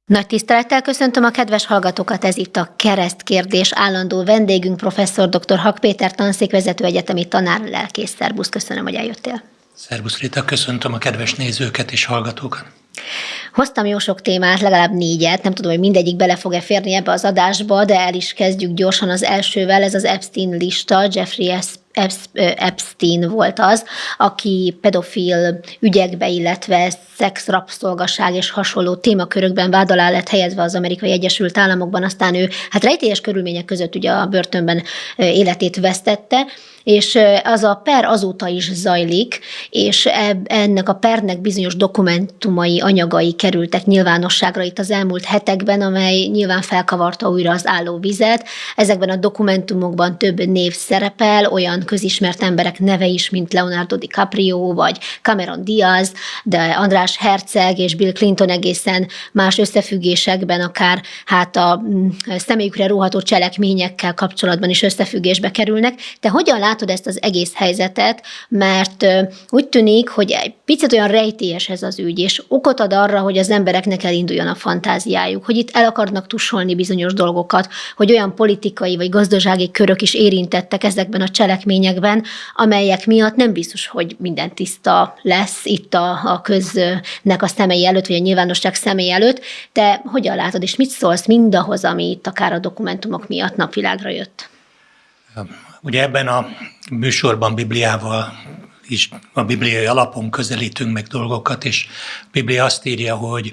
Nagy tisztelettel köszöntöm a kedves hallgatókat, ez itt a Keresztkérdés, állandó vendégünk professzor dr. Hak Péter tanszékvezető, egyetemi tanár, lelkész. Szerbusz, köszönöm, hogy eljöttél. Szerbusz Rita, köszöntöm a kedves nézőket és hallgatókat. Hoztam jó sok témát, legalább 4, nem tudom, hogy mindegyik bele fog-e férni ebbe az adásba, de el is kezdjük gyorsan az elsővel, ez az Epstein lista. Jeffrey Epstein volt az, aki pedofil ügyekbe, illetve szexrabszolgaság és hasonló témakörökben vád alá lett helyezve az Amerikai Egyesült Államokban, aztán ő rejtélyes körülmények között ugye a börtönben életét vesztette, és az a per azóta is zajlik, és ennek a pernek bizonyos dokumentumai, anyagai kerültek nyilvánosságra itt az elmúlt hetekben, amely nyilván felkavarta újra az állóvizet. Ezekben a dokumentumokban több név szerepel, olyan közismert emberek neve is, mint Leonardo DiCaprio, vagy Cameron Diaz, de András Herceg és Bill Clinton egészen más összefüggésekben, akár a személyükre róható cselekményekkel kapcsolatban is összefüggésbe kerülnek. Te hogyan látod ezt az egész helyzetet, mert úgy tűnik, hogy egy picit olyan rejtélyes ez az ügy, és okot ad arra, hogy az embereknek elinduljon a fantáziájuk, hogy itt el akarnak tusolni bizonyos dolgokat, hogy olyan politikai vagy gazdasági körök is érintettek ezekben a cselekményekben, amelyek miatt nem biztos, hogy minden tiszta lesz itt a köznek a szemei előtt, vagy a nyilvánosság szemei előtt. Te hogyan látod, és mit szólsz mindahhoz, ami itt akár a dokumentumok miatt napvilágra jött? Ugye ebben a műsorban Bibliával is, a bibliai alapon közelítünk meg dolgokat, és a Biblia azt írja, hogy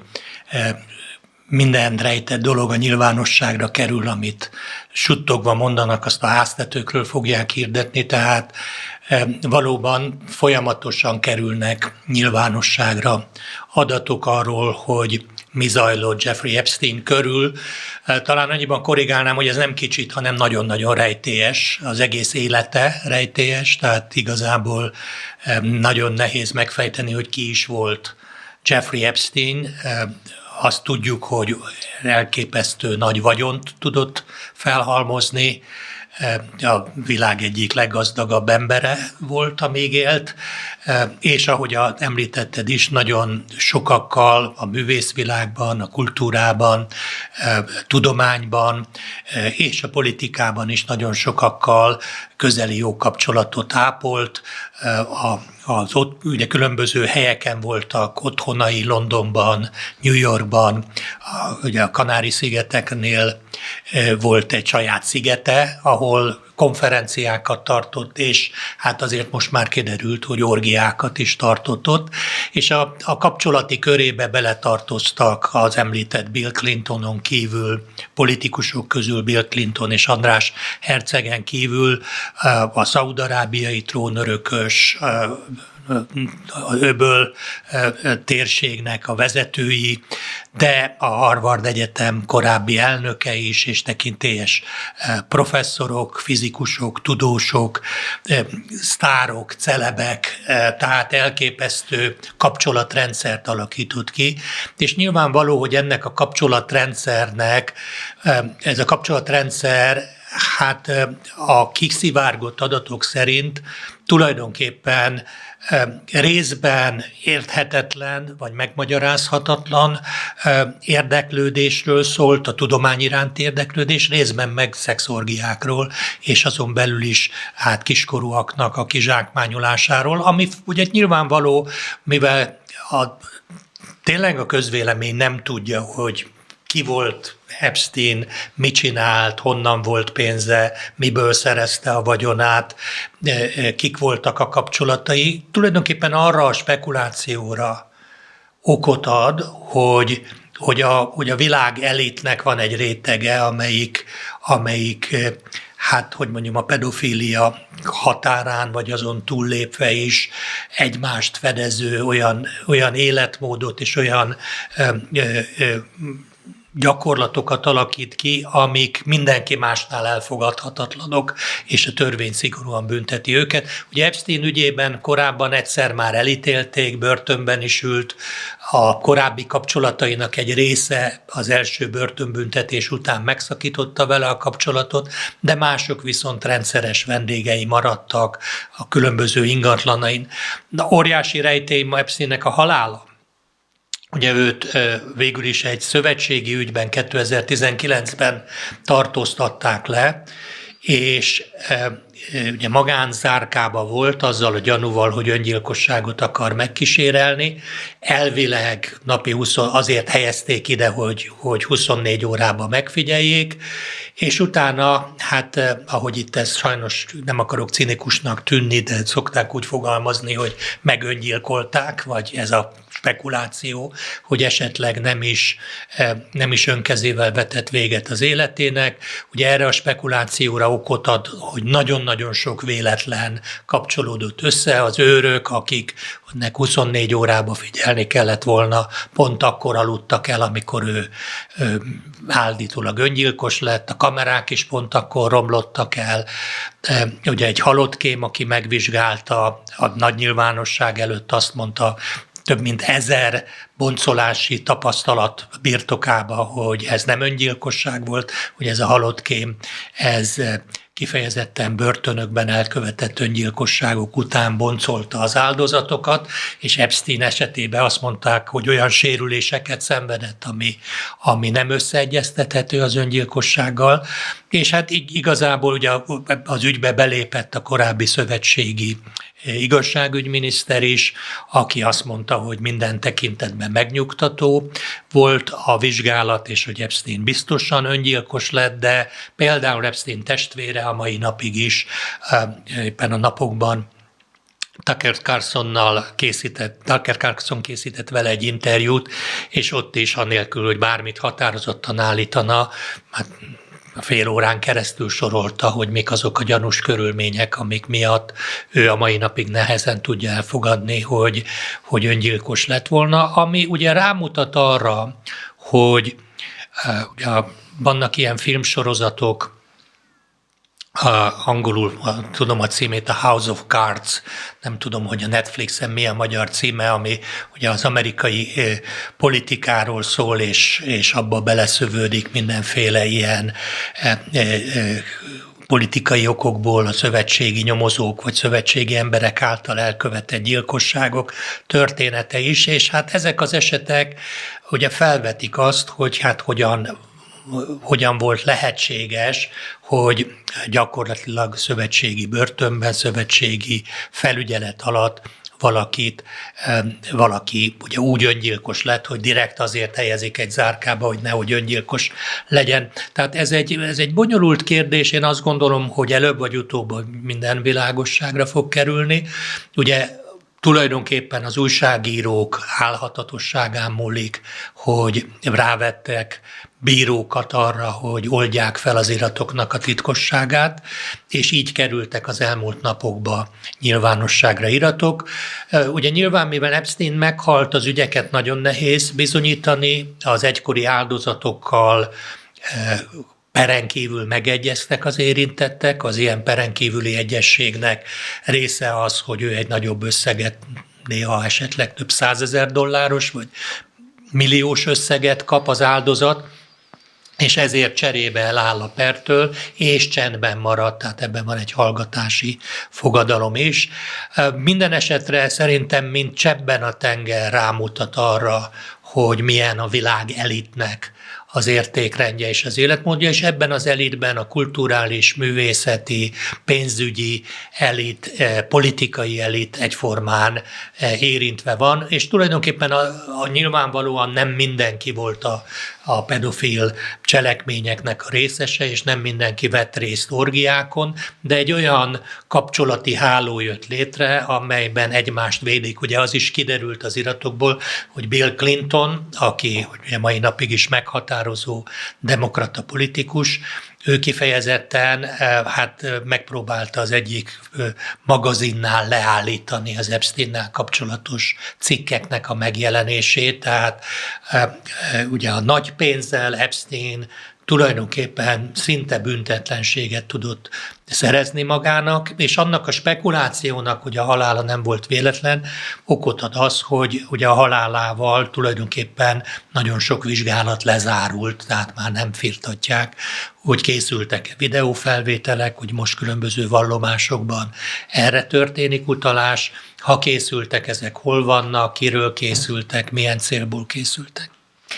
minden rejtett dolog a nyilvánosságra kerül, amit suttogva mondanak, azt a háztetőkről fogják hirdetni, tehát valóban folyamatosan kerülnek nyilvánosságra adatok arról, hogy mi zajlott Jeffrey Epstein körül. Talán annyiban korrigálnám, hogy ez nem kicsit, hanem nagyon-nagyon rejtélyes, az egész élete rejtélyes, tehát igazából nagyon nehéz megfejteni, hogy ki is volt Jeffrey Epstein. Azt tudjuk, hogy elképesztő nagy vagyont tudott felhalmozni, a világ egyik leggazdagabb embere volt, amíg élt, és ahogy említetted is, nagyon sokakkal a művészvilágban, a kultúrában, tudományban és a politikában is nagyon sokakkal közeli jó kapcsolatot ápolt. Ugye különböző helyeken voltak otthonai, Londonban, New Yorkban, ugye a Kanári-szigeteknél volt egy saját szigete, ahol konferenciákat tartott, és azért most már kiderült, hogy orgiákat is tartott ott, és a kapcsolati körébe beletartoztak az említett Bill Clintonon kívül, politikusok közül Bill Clinton és András Hercegen kívül a szaúd-arábiai trónörökös, az öböl térségnek a vezetői, de a Harvard Egyetem korábbi elnöke is, és tekintélyes professzorok, fizikusok, tudósok, sztárok, celebek, tehát elképesztő kapcsolatrendszert alakított ki, és nyilvánvaló, hogy ennek a kapcsolatrendszernek, ez a kapcsolatrendszer a kiszivárgott adatok szerint tulajdonképpen részben érthetetlen vagy megmagyarázhatatlan érdeklődésről szólt, a tudomány iránti érdeklődés, részben meg szexorgiákról, és azon belül is kiskorúaknak a kizsákmányolásáról, ami ugye nyilvánvaló, mivel tényleg a közvélemény nem tudja, hogy ki volt Epstein, mit csinált, honnan volt pénze, miből szerezte a vagyonát, kik voltak a kapcsolatai. Tulajdonképpen arra a spekulációra okot ad, hogy a világ elitnek van egy rétege, amelyik a pedofília határán, vagy azon túllépve is egymást fedező olyan életmódot és olyan gyakorlatokat alakít ki, amik mindenki másnál elfogadhatatlanok, és a törvény szigorúan bünteti őket. Ugye Epstein ügyében korábban egyszer már elítélték, börtönben is ült, a korábbi kapcsolatainak egy része az első börtönbüntetés után megszakította vele a kapcsolatot, de mások viszont rendszeres vendégei maradtak a különböző ingatlanain. Óriási rejtély Epsteinnek a halála. Ugye őt végül is egy szövetségi ügyben 2019-ben tartóztatták le, és ugye magánzárkába volt azzal a gyanúval, hogy öngyilkosságot akar megkísérelni. Elvileg napi 20, azért helyezték ide, hogy 24 órában megfigyeljék, és utána, hát ahogy itt ez sajnos nem akarok cinikusnak tűnni, de szokták úgy fogalmazni, hogy megöngyilkolták, vagy ez a spekuláció, hogy esetleg nem is önkezével vetett véget az életének. Ugye erre a spekulációra okot ad, hogy nagyon-nagyon sok véletlen kapcsolódott össze, az őrök, akiknek 24 órába figyelni kellett volna, pont akkor aludtak el, amikor ő állítólag öngyilkos lett, a kamerák is pont akkor romlottak el. Ugye egy halott kém, aki megvizsgálta a nagy nyilvánosság előtt, azt mondta, több mint 1000 boncolási tapasztalat birtokába, hogy ez nem öngyilkosság volt, hogy ez a halott kém, ez kifejezetten börtönökben elkövetett öngyilkosságok után boncolta az áldozatokat, és Epstein esetében azt mondták, hogy olyan sérüléseket szenvedett, ami nem összeegyeztethető az öngyilkossággal, és hát igazából ugye az ügybe belépett a korábbi szövetségi igazságügyminiszter is, aki azt mondta, hogy minden tekintetben megnyugtató volt a vizsgálat, és hogy Epstein biztosan öngyilkos lett, de például Epstein testvére a mai napig is éppen a napokban Tucker Carlson készített vele egy interjút, és ott is anélkül, hogy bármit határozottan állítana, hát fél órán keresztül sorolta, hogy mik azok a gyanús körülmények, amik miatt ő a mai napig nehezen tudja elfogadni, hogy öngyilkos lett volna, ami ugye rámutat arra, hogy ugye vannak ilyen filmsorozatok, angolul tudom a címét, a House of Cards, nem tudom, hogy a Netflixen mi a magyar címe, ami ugye az amerikai politikáról szól, és abba beleszövődik mindenféle ilyen politikai okokból a szövetségi nyomozók vagy szövetségi emberek által elkövetett gyilkosságok története is, és hát ezek az esetek ugye felvetik azt, hogy hát hogyan volt lehetséges, hogy gyakorlatilag szövetségi börtönben, szövetségi felügyelet alatt valaki ugye úgy öngyilkos lett, hogy direkt azért helyezik egy zárkába, hogy nehogy öngyilkos legyen. Tehát ez egy bonyolult kérdés, én azt gondolom, hogy előbb vagy utóbb minden világosságra fog kerülni. Ugye tulajdonképpen az újságírók álhatatosságán múlik, hogy rávettek bírókat arra, hogy oldják fel az iratoknak a titkosságát, és így kerültek az elmúlt napokban nyilvánosságra iratok. Ugye nyilván, mivel Epstein meghalt, az ügyeket nagyon nehéz bizonyítani, az egykori áldozatokkal peren kívül megegyeztek az érintettek, az ilyen peren kívüli egyezségnek része az, hogy ő egy nagyobb összeget, néha esetleg több $100,000 vagy milliós összeget kap az áldozat, és ezért cserébe eláll a pertől, és csendben maradt, tehát ebben van egy hallgatási fogadalom is. Minden esetre szerintem, mint cseppben a tenger rámutat arra, hogy milyen a világ elitnek az értékrendje és az életmódja, és ebben az elitben a kulturális, művészeti, pénzügyi elit, politikai elit egyformán érintve van, és tulajdonképpen a nyilvánvalóan nem mindenki volt a pedofil cselekményeknek a részese, és nem mindenki vett részt orgiákon, de egy olyan kapcsolati háló jött létre, amelyben egymást védik. Ugye az is kiderült az iratokból, hogy Bill Clinton, aki ugye mai napig is meghatározó demokrata politikus, ő kifejezetten hát megpróbálta az egyik magazinnál leállítani az Epsteinnel kapcsolatos cikkeknek a megjelenését, tehát ugye a nagy pénzzel Epstein tulajdonképpen szinte büntetlenséget tudott szerezni magának, és annak a spekulációnak, hogy a halála nem volt véletlen, okot ad az, hogy ugye a halálával tulajdonképpen nagyon sok vizsgálat lezárult, tehát már nem firtatják, hogy készültek videófelvételek, hogy most különböző vallomásokban erre történik utalás, ha készültek, ezek hol vannak, kiről készültek, milyen célból készültek.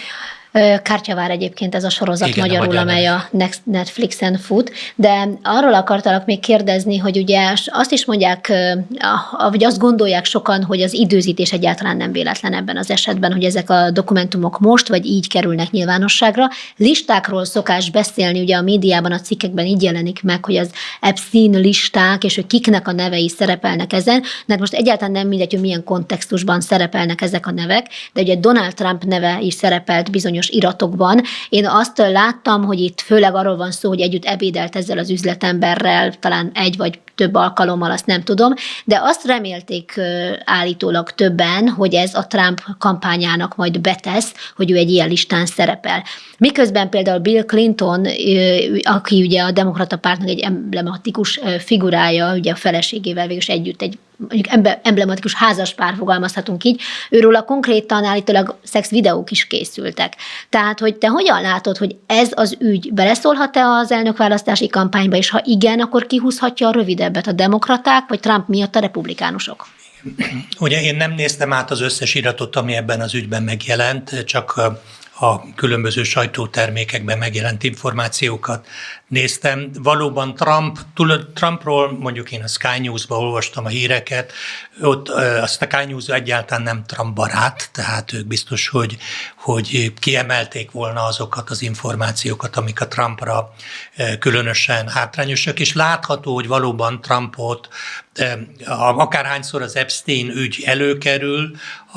Kártyavár egyébként ez a sorozat. Igen, magyarul, a amely a Netflixen fut, de arról akartalak még kérdezni, hogy ugye azt is mondják, vagy azt gondolják sokan, hogy az időzítés egyáltalán nem véletlen ebben az esetben, hogy ezek a dokumentumok most vagy így kerülnek nyilvánosságra. Listákról szokás beszélni, ugye a médiában, a cikkekben így jelenik meg, hogy az Epstein listák, és hogy kiknek a nevei szerepelnek ezen, de most egyáltalán nem mindegy, hogy milyen kontextusban szerepelnek ezek a nevek, de ugye Donald Trump neve is szerepelt bizonyos iratokban. Én azt láttam, hogy itt főleg arról van szó, hogy együtt ebédelt ezzel az üzletemberrel, talán egy vagy több alkalommal, azt nem tudom, de azt remélték állítólag többen, hogy ez a Trump kampányának majd betesz, hogy ő egy ilyen listán szerepel. Miközben például Bill Clinton, aki ugye a demokrata pártnak egy emblematikus figurája, ugye a feleségével végül együtt egy mondjuk emblematikus házaspár, fogalmazhatunk így, őróla konkrétan állítólag szex videók is készültek. Tehát, hogy te hogyan látod, hogy ez az ügy beleszólhat-e az elnökválasztási kampányba, és ha igen, akkor kihúzhatja a rövidebbet, a demokraták, vagy Trump miatt a republikánusok? Ugye én nem néztem át az összes iratot, ami ebben az ügyben megjelent, csak a különböző sajtótermékekben megjelent információkat néztem. Valóban Trumpról, mondjuk én a Sky News-ban olvastam a híreket, ott a Sky News egyáltalán nem Trump barát, tehát ők biztos, hogy kiemelték volna azokat az információkat, amik a Trumpra különösen hátrányosak, és látható, hogy valóban Trumpot akárhányszor az Epstein ügy előkerül,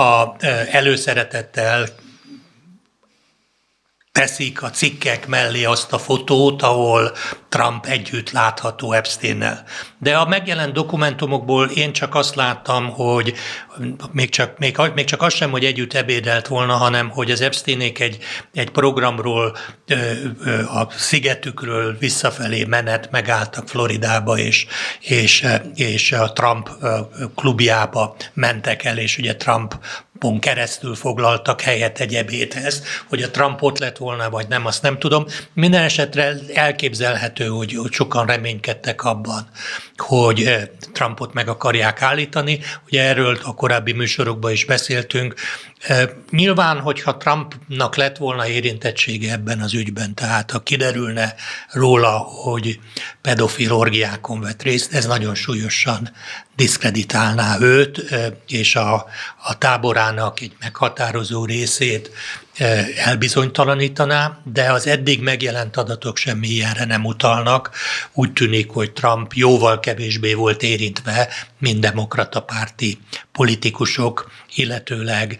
előszeretettel teszik a cikkek mellé azt a fotót, ahol Trump együtt látható Epsteinnel. De a megjelent dokumentumokból én csak azt láttam, hogy még csak az sem, hogy együtt ebédelt volna, hanem hogy az Epsteinék egy programról, a szigetükről visszafelé menet megálltak Floridába, és a Trump klubjába mentek el, és ugye Trumpon keresztül foglaltak helyet egy ebédhez. Hogy a Trump ott lett volna, vagy nem, azt nem tudom. Minden esetre elképzelhető, hogy sokan reménykedtek abban, hogy Trumpot meg akarják állítani. Ugye erről a korábbi műsorokban is beszéltünk. Nyilván, hogyha Trumpnak lett volna érintettsége ebben az ügyben, tehát ha kiderülne róla, hogy pedofil orgiákon vett részt, ez nagyon súlyosan diszkreditálná őt, és a táborának egy meghatározó részét elbizonytalanítaná, de az eddig megjelent adatok semmi ilyenre nem utalnak. Úgy tűnik, hogy Trump jóval kevésbé volt érintve, mint demokrata párti politikusok, illetőleg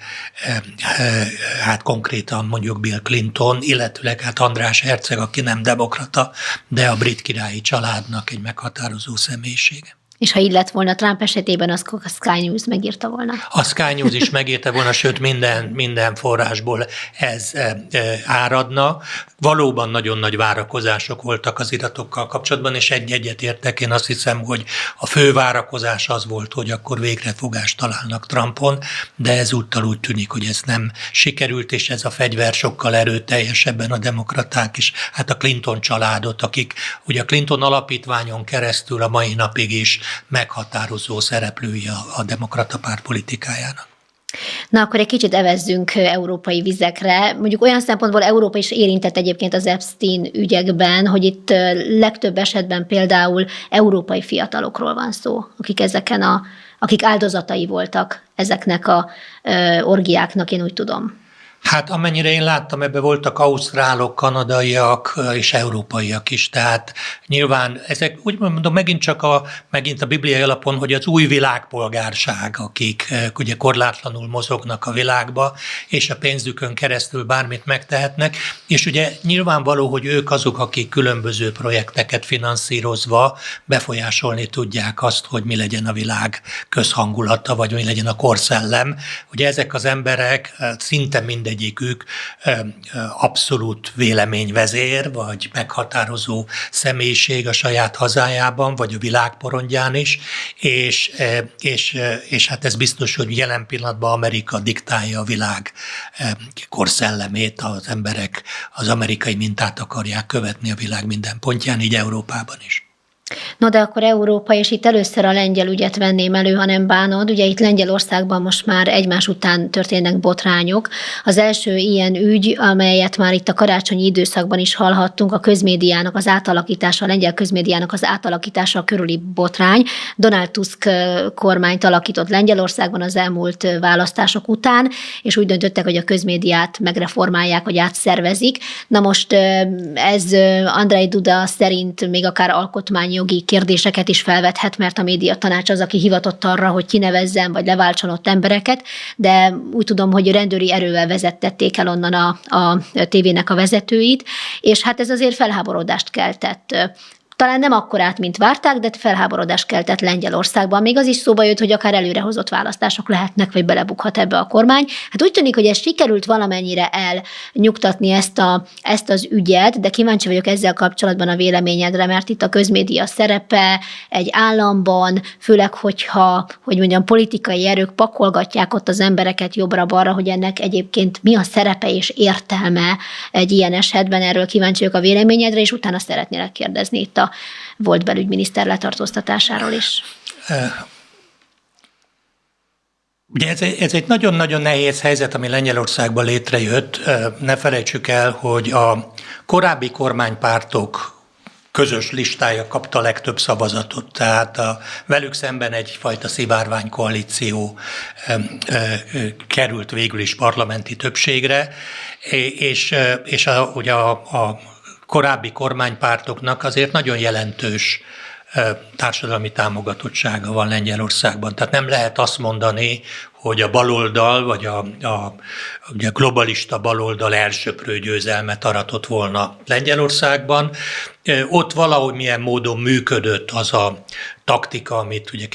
hát konkrétan mondjuk Bill Clinton, illetőleg hát András Herceg, aki nem demokrata, de a brit királyi családnak egy meghatározó személyisége. És ha így lett volna Trump esetében, az a Sky News megírta volna. A Sky News is megírta volna, sőt minden forrásból ez áradna. Valóban nagyon nagy várakozások voltak az iratokkal kapcsolatban, és egyet értek. Én azt hiszem, hogy a fő várakozás az volt, hogy akkor végre fogást találnak Trumpon, de ezúttal úgy tűnik, hogy ez nem sikerült, és ez a fegyver sokkal erőteljesebben a demokraták is, hát a Clinton családot, akik ugye a Clinton alapítványon keresztül a mai napig is meghatározó szereplői a demokrata párt politikájának. Na, akkor egy kicsit evezzünk európai vizekre. Mondjuk olyan szempontból Európa is érintett egyébként az Epstein ügyekben, hogy itt legtöbb esetben például európai fiatalokról van szó, akik áldozatai voltak ezeknek a orgiáknak, én úgy tudom. Hát amennyire én láttam, ebben voltak ausztrálok, kanadaiak és európaiak is, tehát nyilván ezek, úgy mondom, megint a bibliai alapon, hogy az új világpolgárság, akik ugye korlátlanul mozognak a világba, és a pénzükön keresztül bármit megtehetnek, és ugye nyilvánvaló, hogy ők azok, akik különböző projekteket finanszírozva befolyásolni tudják azt, hogy mi legyen a világ közhangulata, vagy mi legyen a korszellem. Ugye ezek az emberek szinte mindegy mindegyikük abszolút véleményvezér, vagy meghatározó személyiség a saját hazájában, vagy a világporondján is, és hát ez biztos, hogy jelen pillanatban Amerika diktálja a világ korszellemét, az emberek az amerikai mintát akarják követni a világ minden pontján, így Európában is. No, de akkor Európa, és itt először a lengyel ügyet venném elő, ha nem bánod. Ugye itt Lengyelországban most már egymás után történnek botrányok. Az első ilyen ügy, amelyet már itt a karácsonyi időszakban is hallhattunk, a közmédiának az átalakítása, a lengyel közmédiának az átalakítása körüli botrány. Donald Tusk kormányt alakított Lengyelországban az elmúlt választások után, és úgy döntöttek, hogy a közmédiát megreformálják, vagy átszervezik. Na most ez Andrzej Duda szerint még akár alkotmányjogi kérdéseket is felvethet, mert a médiatanács az, aki hivatott arra, hogy kinevezzen vagy leváltson ott embereket, de úgy tudom, hogy rendőri erővel vezettették el onnan a tévének a vezetőit, és hát ez azért felháborodást keltett. Talán nem akkorát, mint várták, de felháborodást keltett Lengyelországban. Még az is szóba jött, hogy akár előrehozott választások lehetnek, vagy belebukhat ebbe a kormány. Hát úgy tűnik, hogy ez sikerült valamennyire elnyugtatni ezt az ügyet, de kíváncsi vagyok ezzel kapcsolatban a véleményedre, mert itt a közmédia szerepe egy államban, főleg, hogyha, hogy mondjam, politikai erők pakolgatják ott az embereket jobbra-balra, hogy ennek egyébként mi a szerepe és értelme egy ilyen esetben. Erről kíváncsi vagyok a véleményedre, és utána szeretnélek kérdezni itt a volt belügyminiszter letartóztatásáról is. Ugye ez egy nagyon-nagyon nehéz helyzet, ami Lengyelországban létrejött. Ne felejtsük el, hogy a korábbi kormánypártok közös listája kapta a legtöbb szavazatot, tehát velük szemben egyfajta szivárványkoalíció került végül is parlamenti többségre, és ugye a korábbi kormánypártoknak azért nagyon jelentős társadalmi támogatottsága van Lengyelországban. Tehát nem lehet azt mondani, hogy a baloldal, vagy a globalista baloldal elsöprő győzelmet aratott volna Lengyelországban. Ott valahogy milyen módon működött az a taktika, amit ugye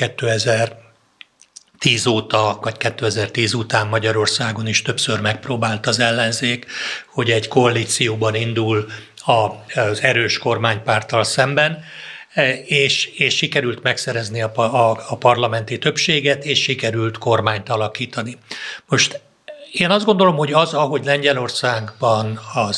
2010 óta, vagy 2010 után Magyarországon is többször megpróbált az ellenzék, hogy egy koalícióban indul az erős kormánypárttal szemben, és sikerült megszerezni a parlamenti többséget, és sikerült kormányt alakítani. Most én azt gondolom, hogy az, ahogy Lengyelországban az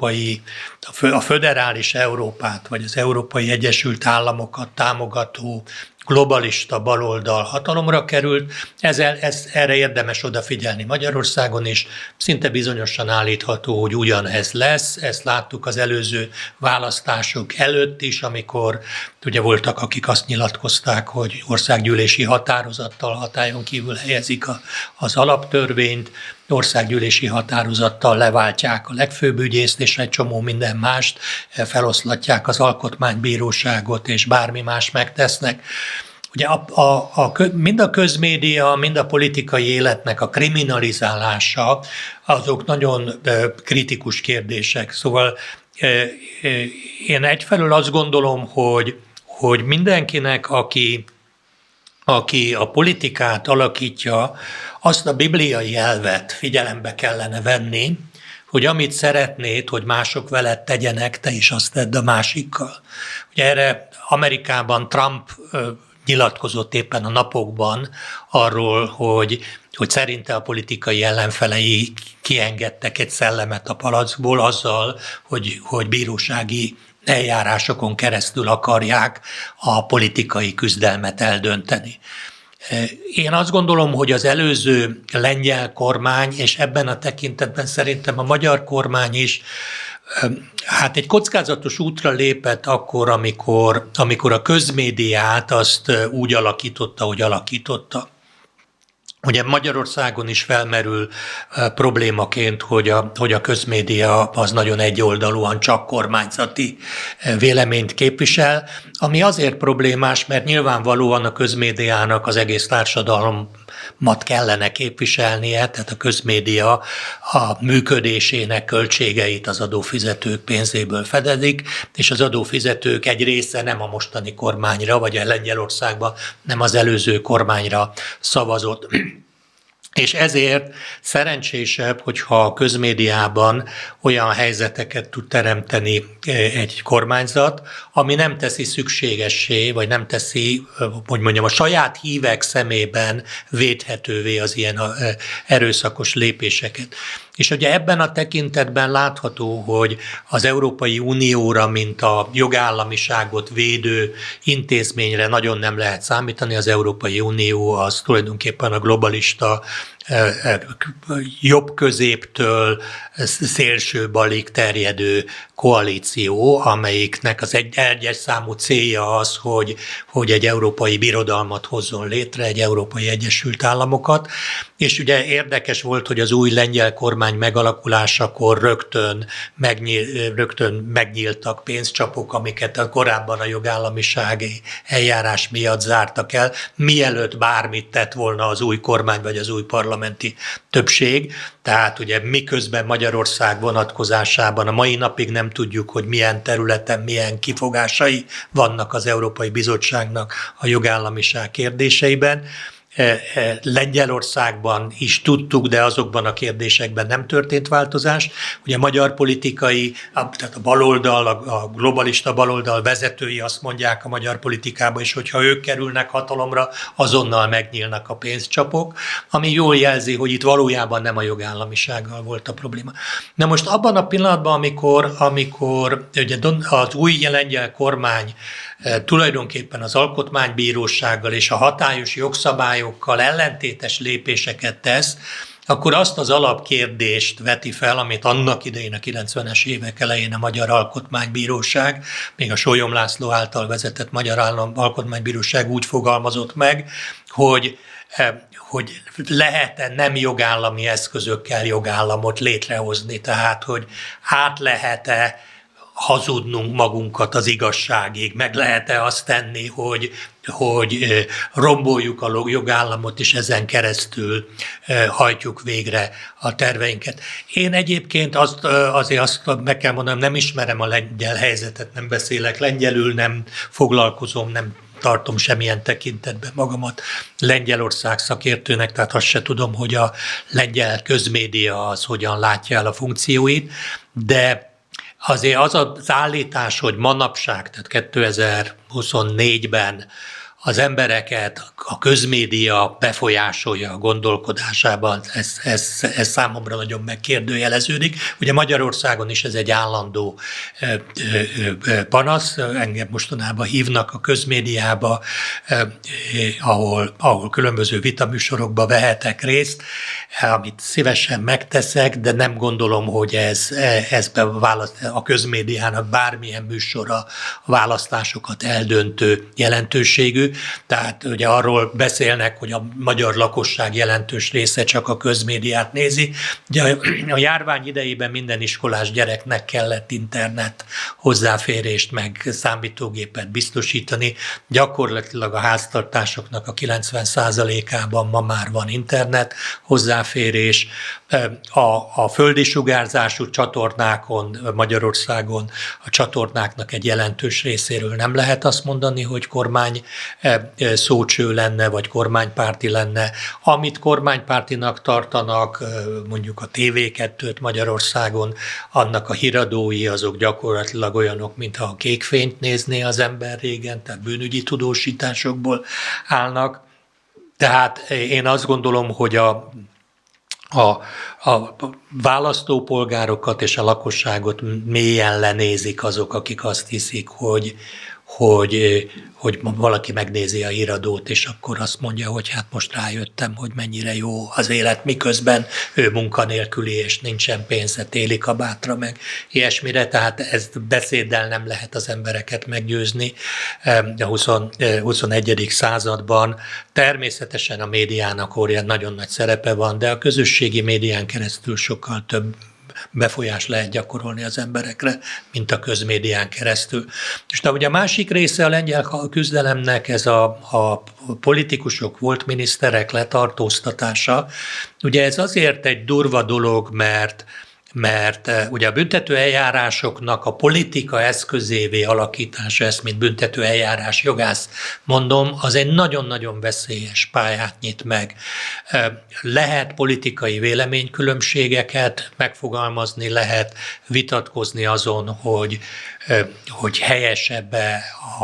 a föderális Európát, vagy az Európai Egyesült Államokat támogató globalista baloldal hatalomra került, erre érdemes odafigyelni Magyarországon is. Szinte bizonyosan állítható, hogy ugyanez lesz. Ezt láttuk az előző választások előtt is, amikor ugye voltak, akik azt nyilatkozták, hogy országgyűlési határozattal hatályon kívül helyezik az alaptörvényt, országgyűlési határozattal leváltják a legfőbb ügyészt, és egy csomó minden mást, feloszlatják az alkotmánybíróságot, és bármi más megtesznek. Ugye mind a közmédia, mind a politikai életnek a kriminalizálása, azok nagyon kritikus kérdések. Szóval én egyfelől azt gondolom, hogy mindenkinek, aki a politikát alakítja, azt a bibliai elvet figyelembe kellene venni, hogy amit szeretnéd, hogy mások veled tegyenek, te is azt tedd a másikkal. Ugye erre Amerikában Trump nyilatkozott éppen a napokban arról, hogy szerinte a politikai ellenfelei kiengedtek egy szellemet a palackból azzal, hogy bírósági eljárásokon keresztül akarják a politikai küzdelmet eldönteni. Én azt gondolom, hogy az előző lengyel kormány, és ebben a tekintetben szerintem a magyar kormány is, hát egy kockázatos útra lépett akkor, amikor a közmédiát azt úgy alakította, hogy alakította. Ugye Magyarországon is felmerül problémaként, hogy a közmédia az nagyon egyoldalúan csak kormányzati véleményt képvisel, ami azért problémás, mert nyilvánvalóan a közmédiának az egész társadalmat kellene képviselnie, tehát a közmédia a működésének költségeit az adófizetők pénzéből fedezik, és az adófizetők egy része nem a mostani kormányra, vagy a Lengyelországban nem az előző kormányra szavazott. És ezért szerencsésebb, hogyha a közmédiában olyan helyzeteket tud teremteni egy kormányzat, ami nem teszi szükségessé, vagy nem teszi, hogy mondjam, a saját hívek szemében védhetővé az ilyen erőszakos lépéseket. És ugye ebben a tekintetben látható, hogy az Európai Unióra, mint a jogállamiságot védő intézményre nagyon nem lehet számítani. Az Európai Unió az tulajdonképpen a globalista jobb középtől szélső balig terjedő koalíció, amelyiknek az egyes számú célja az, hogy egy európai birodalmat hozzon létre, egy Európai Egyesült Államokat. És ugye érdekes volt, hogy az új lengyel kormány megalakulásakor rögtön megnyíltak pénzcsapok, amiket korábban a jogállamisági eljárás miatt zártak el, mielőtt bármit tett volna az új kormány vagy az új parlamenti többség. Tehát ugye miközben Magyarország vonatkozásában a mai napig nem tudjuk, hogy milyen területen milyen kifogásai vannak az Európai Bizottságnak a jogállamiság kérdéseiben. Lengyelországban is tudtuk, de azokban a kérdésekben nem történt változás. Ugye a magyar politikai, tehát a baloldal, a globalista baloldal vezetői azt mondják a magyar politikában is, hogyha ők kerülnek hatalomra, azonnal megnyílnak a pénzcsapok, ami jól jelzi, hogy itt valójában nem a jogállamisággal volt a probléma. Na most abban a pillanatban, amikor ugye az új lengyel kormány tulajdonképpen az alkotmánybírósággal és a hatályos jogszabályokkal ellentétes lépéseket tesz, akkor azt az alapkérdést veti fel, amit annak idején a 90-es évek elején a Magyar Alkotmánybíróság, még a Sólyom László által vezetett Magyar Alkotmánybíróság úgy fogalmazott meg, hogy lehet-e nem jogállami eszközökkel jogállamot létrehozni, tehát hogy át lehet-e hazudnunk magunkat az igazságig, meg lehet-e azt tenni, hogy romboljuk a jogállamot, és ezen keresztül hajtjuk végre a terveinket. Én egyébként azért azt meg kell mondanom, nem ismerem a lengyel helyzetet, nem beszélek lengyelül, nem foglalkozom, nem tartom semmilyen tekintetben magamat Lengyelország szakértőnek, tehát azt se tudom, hogy a lengyel közmédia az hogyan látja el a funkcióit, de azért az az állítás, hogy manapság, tehát 2024-ben az embereket a közmédia befolyásolja a gondolkodásában, ez számomra nagyon megkérdőjeleződik. Ugye Magyarországon is ez egy állandó panasz, engem mostanában hívnak a közmédiába, ahol különböző vitaműsorokba vehetek részt, amit szívesen megteszek, de nem gondolom, hogy ez a közmédiának bármilyen műsora a választásokat eldöntő jelentőségű. Tehát ugye arról beszélnek, hogy a magyar lakosság jelentős része csak a közmédiát nézi. Ugye a járvány idejében minden iskolás gyereknek kellett internet hozzáférést meg számítógépet biztosítani. Gyakorlatilag a háztartásoknak a 90%-ában ma már van internet hozzáférés. A földi sugárzású csatornákon Magyarországon a csatornáknak egy jelentős részéről nem lehet azt mondani, hogy kormány szócső lenne, vagy kormánypárti lenne. Amit kormánypártinak tartanak, mondjuk a TV2-t Magyarországon, annak a híradói azok gyakorlatilag olyanok, mintha a Kékfényt nézné az ember régen, tehát bűnügyi tudósításokból állnak. Tehát én azt gondolom, hogy a választópolgárokat és a lakosságot mélyen lenézik azok, akik azt hiszik, hogy valaki megnézi a híradót, és akkor azt mondja, hogy hát most rájöttem, hogy mennyire jó az élet, miközben ő munkanélküli, és nincsen pénze téli kabátra, meg ilyesmire, tehát ezt beszéddel nem lehet az embereket meggyőzni a 21. században. Természetesen a médiának óriási nagyon nagy szerepe van, de a közösségi médián keresztül sokkal több befolyás lehet gyakorolni az emberekre, mint a közmédián keresztül. És ugye a másik része a lengyel küzdelemnek ez a politikusok, volt miniszterek letartóztatása. Ugye ez azért egy durva dolog, mert mert ugye a büntető eljárásoknak a politika eszközévé alakítása, ezt mint büntető eljárás jogász mondom, az egy nagyon-nagyon veszélyes pályát nyit meg. Lehet politikai véleménykülönbségeket megfogalmazni, lehet vitatkozni azon, hogy helyesebb-e,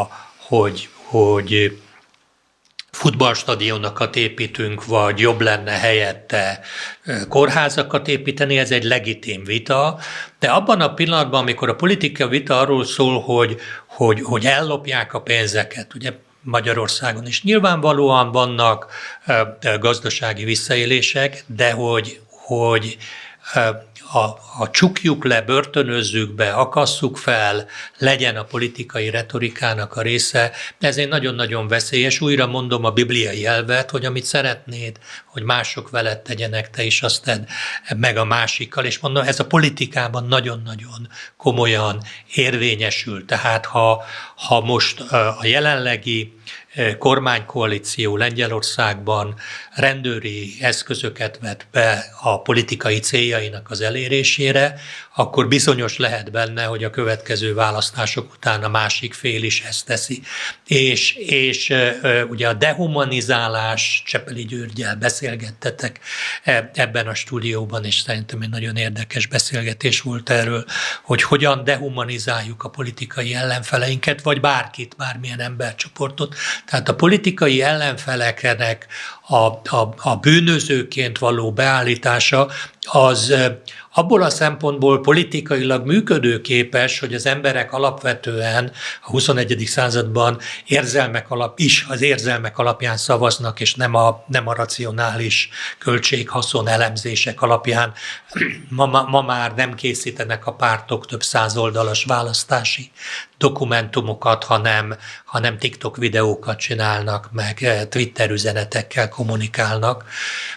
hogy futballstadionokat építünk, vagy jobb lenne helyette kórházakat építeni, ez egy legitim vita, de abban a pillanatban, amikor a politika vita arról szól, hogy ellopják a pénzeket, ugye Magyarországon is nyilvánvalóan vannak gazdasági visszaélések, de hogy a csukjuk le, börtönözzük be, akasszuk fel, legyen a politikai retorikának a része, ez egy nagyon-nagyon veszélyes. Újra mondom a bibliai elvet, hogy amit szeretnéd, hogy mások veled tegyenek, te is azt tedd meg a másikkal, és mondom, ez a politikában nagyon-nagyon komolyan érvényesül. Tehát ha most a jelenlegi kormánykoalíció Lengyelországban rendőri eszközöket vet be a politikai céljainak az elérésére, akkor bizonyos lehet benne, hogy a következő választások után a másik fél is ezt teszi. És ugye a dehumanizálás, Csepeli Györggyel beszélgettetek ebben a stúdióban, és szerintem egy nagyon érdekes beszélgetés volt erről, hogy hogyan dehumanizáljuk a politikai ellenfeleinket, vagy bárkit, bármilyen embercsoportot. Tehát a politikai ellenfeleknek a bűnözőként való beállítása az abból a szempontból politikailag működőképes, hogy az emberek alapvetően a 21. században az érzelmek alapján szavaznak, és nem a racionális költség-haszon elemzések alapján. Ma már nem készítenek a pártok több 100 oldalas választási dokumentumokat, hanem TikTok videókat csinálnak, meg Twitter üzenetekkel kommunikálnak,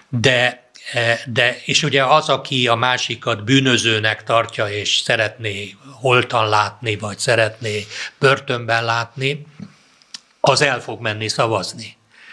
és ugye az, aki a másikat bűnözőnek tartja, és szeretné holtan látni, vagy szeretné börtönben látni, az el fog menni szavazni.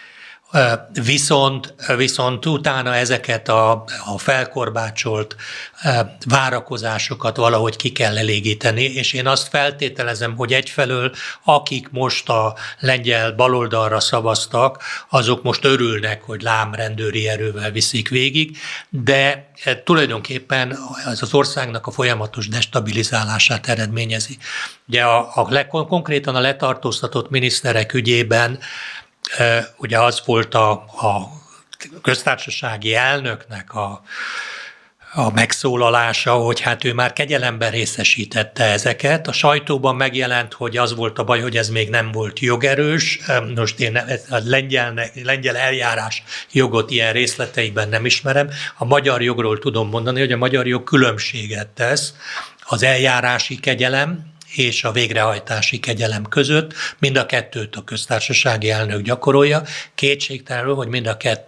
Viszont utána ezeket a felkorbácsolt várakozásokat valahogy ki kell elégíteni, és én azt feltételezem, hogy egyfelől akik most a lengyel baloldalra szavaztak, azok most örülnek, hogy lám rendőri erővel viszik végig, de tulajdonképpen az országnak a folyamatos destabilizálását eredményezi. Ugye konkrétan a letartóztatott miniszterek ügyében ugye az volt a köztársasági elnöknek a megszólalása, hogy hát ő már kegyelemben részesítette ezeket. A sajtóban megjelent, hogy az volt a baj, hogy ez még nem volt jogerős. Most én a lengyel eljárás jogot ilyen részleteiben nem ismerem. A magyar jogról tudom mondani, hogy a magyar jog különbséget tesz az eljárási kegyelem és a végrehajtási kegyelem között. Mind a kettőt a köztársasági elnök gyakorolja. Kétségtelenül, hogy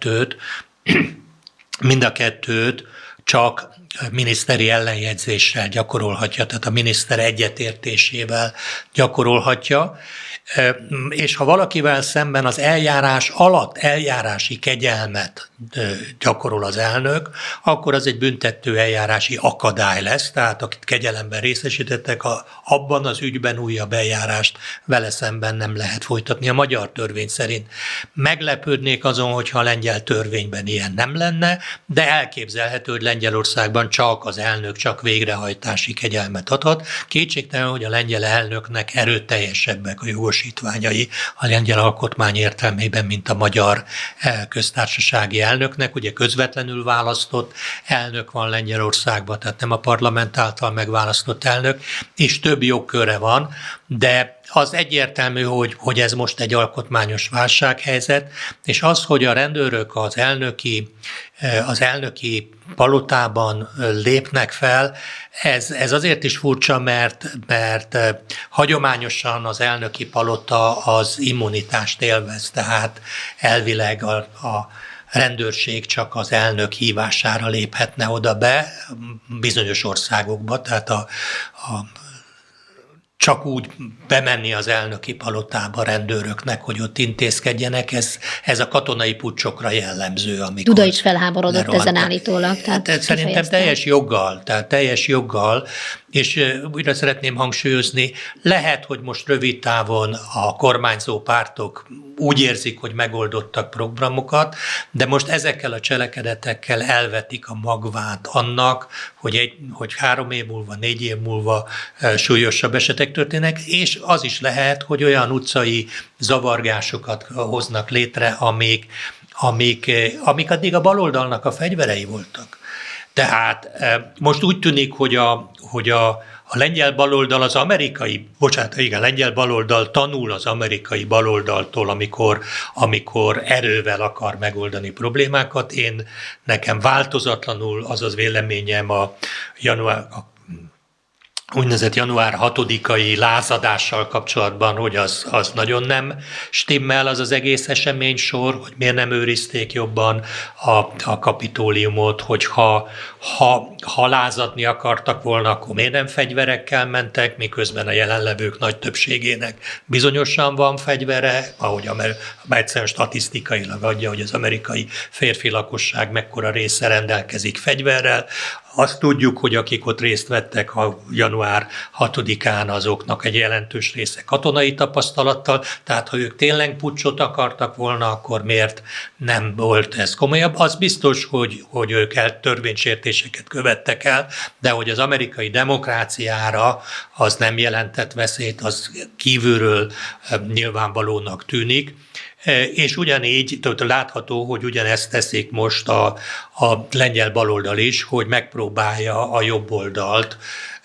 mind a kettőt csak miniszteri ellenjegyzéssel gyakorolhatja, tehát a miniszter egyetértésével gyakorolhatja, és ha valakivel szemben az eljárás alatt eljárási kegyelmet gyakorol az elnök, akkor az egy büntető eljárási akadály lesz, tehát akit kegyelemben részesítettek, abban az ügyben újabb eljárást vele szemben nem lehet folytatni. A magyar törvény szerint meglepődnék azon, hogyha a lengyel törvényben ilyen nem lenne, de elképzelhető, hogy Lengyelországban csak az elnök csak végrehajtási kegyelmet adhat. Kétségtelen, hogy a lengyel elnöknek erőteljesebbek a jogosítványai a lengyel alkotmány értelmében, mint a magyar köztársasági elnöknek. Ugye közvetlenül választott elnök van Lengyelországban, tehát nem a parlament által megválasztott elnök, és több jogköre van, de az egyértelmű, hogy ez most egy alkotmányos válsághelyzet, és az, hogy a rendőrök az elnöki palotában lépnek fel, ez azért is furcsa, mert hagyományosan az elnöki palota az immunitást élvez, tehát elvileg a rendőrség csak az elnök hívására léphetne oda be bizonyos országokba, tehát csak úgy bemenni az elnöki palotába rendőröknek, hogy ott intézkedjenek, ez a katonai puccsokra jellemző. Duda is felháborodott ezen állítólag. Tehát szerintem teljes joggal, és újra szeretném hangsúlyozni, lehet, hogy most rövid távon a kormányzó pártok úgy érzik, hogy megoldottak programokat, de most ezekkel a cselekedetekkel elvetik a magvát annak, hogy 3 év múlva, 4 év múlva súlyosabb esetek történnek, és az is lehet, hogy olyan utcai zavargásokat hoznak létre, amik addig a baloldalnak a fegyverei voltak. Tehát most úgy tűnik, hogy a lengyel baloldal lengyel baloldal tanul az amerikai baloldaltól, amikor erővel akar megoldani problémákat. Nekem változatlanul az véleményem a úgynevezett január 6-ai lázadással kapcsolatban, hogy az nagyon nem stimmel az egész eseménysor, hogy miért nem őrizték jobban a Kapitóliumot, hogy ha lázadni akartak volna, akkor miért nem fegyverekkel mentek, miközben a jelenlevők nagy többségének bizonyosan van fegyvere, ahogy egyszerűen statisztikailag adja, hogy az amerikai férfi lakosság mekkora része rendelkezik fegyverrel. Azt tudjuk, hogy akik ott részt vettek a január 6-án, azoknak egy jelentős része katonai tapasztalattal, tehát ha ők tényleg puccsot akartak volna, akkor miért nem volt ez komolyabb? Az biztos, hogy ők törvénysértéseket követtek el, de hogy az amerikai demokráciára az nem jelentett veszélyt, az kívülről nyilvánvalónak tűnik. És ugyanígy látható, hogy ugyanezt teszik most a lengyel baloldal is, hogy megpróbálja a jobb oldalt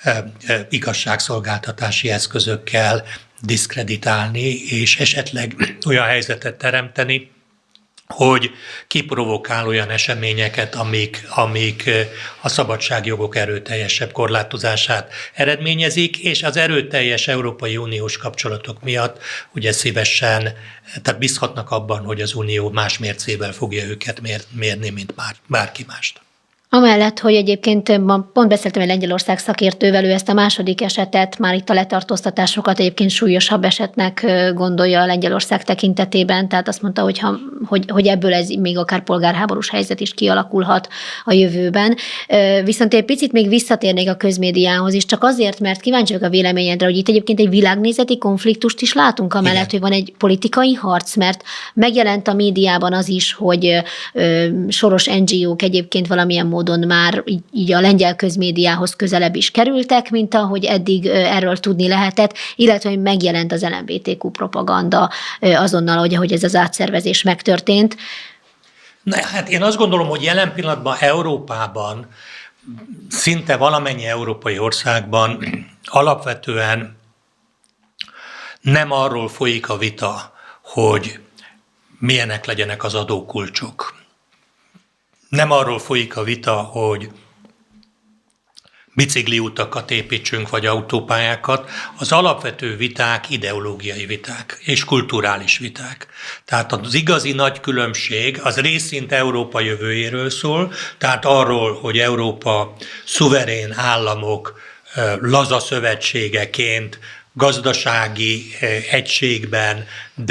igazságszolgáltatási eszközökkel diszkreditálni, és esetleg olyan helyzetet teremteni, hogy kiprovokál olyan eseményeket, amik a szabadságjogok erőteljesebb korlátozását eredményezik, és az erőteljes Európai Uniós kapcsolatok miatt ugye szívesen, tehát bízhatnak abban, hogy az Unió más mércével fogja őket mérni, mint bárki mást. Amellett, hogy egyébként pont beszéltem egy Lengyelország szakértővel, ő ezt a második esetet, már itt a letartóztatásokat egyébként súlyosabb esetnek gondolja a Lengyelország tekintetében, tehát azt mondta, hogy ebből ez még akár polgárháborús helyzet is kialakulhat a jövőben. Viszont egy picit még visszatérnék a közmédiához is, csak azért, mert kíváncsi vagyok a véleményedre, hogy itt egyébként egy világnézeti konfliktust is látunk, amellett, igen, hogy van egy politikai harc, mert megjelent a médiában az is, hogy soros NGO-k egyébként valamilyen módon már így a lengyel közmédiához közelebb is kerültek, mint ahogy eddig erről tudni lehetett, illetve hogy megjelent az LMBTQ propaganda azonnal, hogy ez az átszervezés megtörtént. Na, hát én azt gondolom, hogy jelen pillanatban Európában, szinte valamennyi európai országban alapvetően nem arról folyik a vita, hogy milyenek legyenek az adókulcsok. Nem arról folyik a vita, hogy bicikliutakat építsünk, vagy autópályákat. Az alapvető viták ideológiai viták és kulturális viták. Tehát az igazi nagy különbség az részint Európa jövőjéről szól, tehát arról, hogy Európa szuverén államok laza szövetségeként, gazdasági egységben,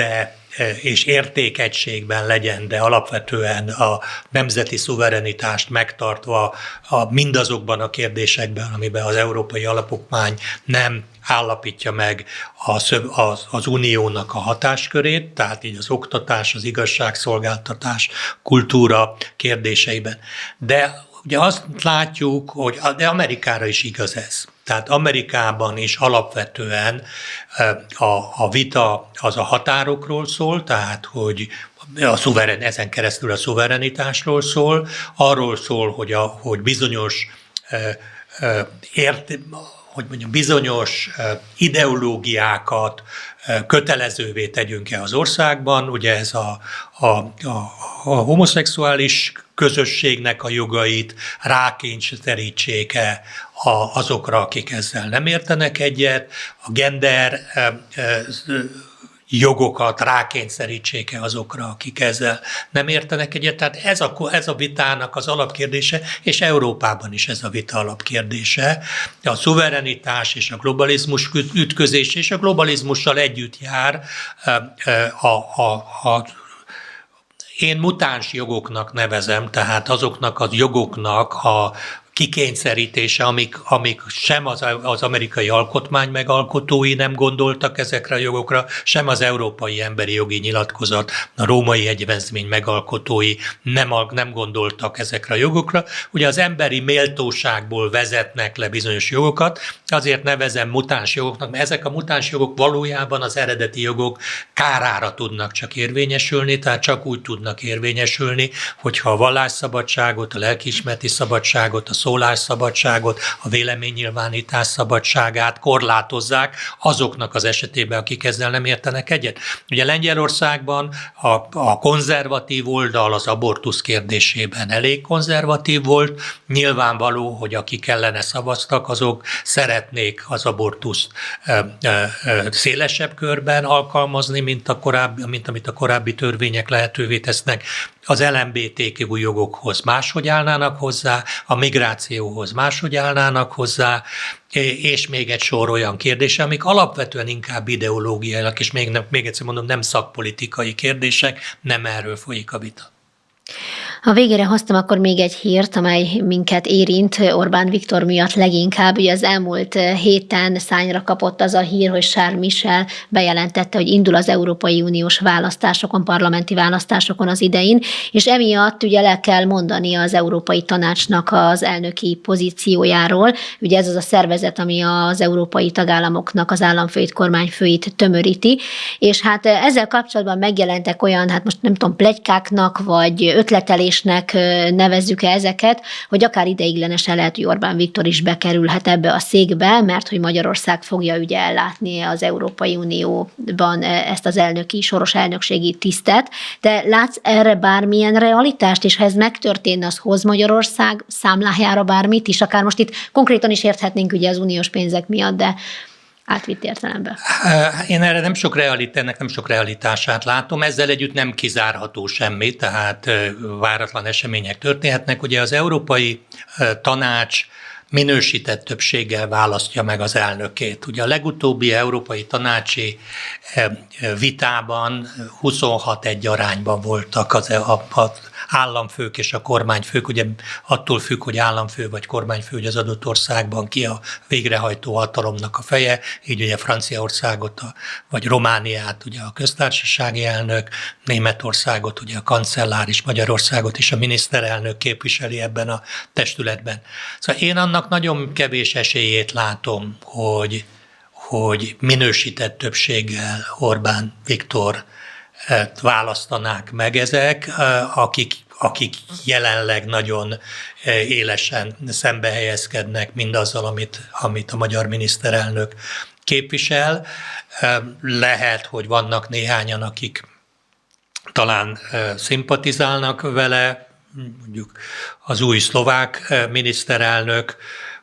és értékegységben legyen, de alapvetően a nemzeti szuverenitást megtartva mindazokban a kérdésekben, amiben az európai alapokmány nem állapítja meg az uniónak a hatáskörét, tehát így az oktatás, az igazságszolgáltatás, kultúra kérdéseiben. De ugye azt látjuk, hogy de Amerikára is igaz ez. Tehát Amerikában is alapvetően a vita az a határokról szól, tehát hogy ezen keresztül a szuverenitásról szól, arról szól, hogy bizonyos bizonyos ideológiákat kötelezővé tegyünk-e az országban. Ugye ez a homoszexuális közösségnek a jogait rákényszerítsék-e azokra, akik ezzel nem értenek egyet, a gender jogokat rákényszerítsék-e azokra, akik ezzel nem értenek egyet. Tehát ez a vitának az alapkérdése, és Európában is ez a vita alapkérdése. A szuverenitás és a globalizmus ütközés, és a globalizmussal együtt jár én mutáns jogoknak nevezem, tehát azoknak a jogoknak a kikényszerítése, amik sem az amerikai alkotmány megalkotói nem gondoltak ezekre a jogokra, sem az Európai Emberi Jogi Nyilatkozat, a Római Egyezmény megalkotói nem gondoltak ezekre a jogokra. Ugye az emberi méltóságból vezetnek le bizonyos jogokat, azért nevezem mutáns jogoknak, mert ezek a mutáns jogok valójában az eredeti jogok kárára tudnak csak érvényesülni, tehát csak úgy tudnak érvényesülni, hogyha a vallásszabadságot, a lelkiismereti szabadságot, a szólásszabadságot, a véleménynyilvánítás szabadságát korlátozzák azoknak az esetében, akik ezzel nem értenek egyet. Ugye Lengyelországban a konzervatív oldal az abortusz kérdésében elég konzervatív volt. Nyilvánvaló, hogy akik ellene szavaztak, azok szeretnék az abortuszt szélesebb körben alkalmazni, mint amit a korábbi törvények lehetővé tesznek. Az LMBTQ jogokhoz máshogy állnának hozzá, a migrációhoz máshogy állnának hozzá, és még egy sor olyan kérdés, amik alapvetően inkább ideológiaiak, és még egyszer mondom, nem szakpolitikai kérdések, nem erről folyik a vita. A végére hoztam akkor még egy hírt, amely minket érint Orbán Viktor miatt leginkább. Ugye az elmúlt héten szányra kapott az a hír, hogy Charles Michel bejelentette, hogy indul az Európai Uniós választásokon, parlamenti választásokon az idején, és emiatt ugye le kell mondani az Európai Tanácsnak az elnöki pozíciójáról. Ugye ez az a szervezet, ami az európai tagállamoknak az államfőit, kormányfőit tömöríti, és hát ezzel kapcsolatban megjelentek olyan, hát most nem tudom, pletykáknak vagy ötletelésnek nevezzük-e ezeket, hogy akár ideiglenesen lehet, hogy Orbán Viktor is bekerülhet ebbe a székbe, mert hogy Magyarország fogja ugye ellátni az Európai Unióban ezt az soros elnökségi tisztet. De látsz erre bármilyen realitást, és ha ez megtörténne, az hoz Magyarország számlájára bármit is, akár most itt konkrétan is érthetnénk ugye az uniós pénzek miatt, de átvitt értelemben. Én erre ennek nem sok realitását látom, ezzel együtt nem kizárható semmi, tehát váratlan események történhetnek. Ugye az Európai Tanács minősített többséggel választja meg az elnökét. Ugye a legutóbbi Európai Tanácsi vitában 26-1 arányban voltak az államfők és a kormányfők, ugye attól függ, hogy államfő vagy kormányfő, hogy az adott országban ki a végrehajtó hatalomnak a feje, így ugye Franciaországot vagy Romániát ugye a köztársasági elnök, Németországot ugye a kancellár és Magyarországot is a miniszterelnök képviseli ebben a testületben. Szóval én annak nagyon kevés esélyét látom, hogy minősített többséggel Orbán Viktor választanák meg ezek, akik jelenleg nagyon élesen szembehelyezkednek mindazzal, amit a magyar miniszterelnök képvisel. Lehet, hogy vannak néhányan, akik talán szimpatizálnak vele, mondjuk az új szlovák miniszterelnök,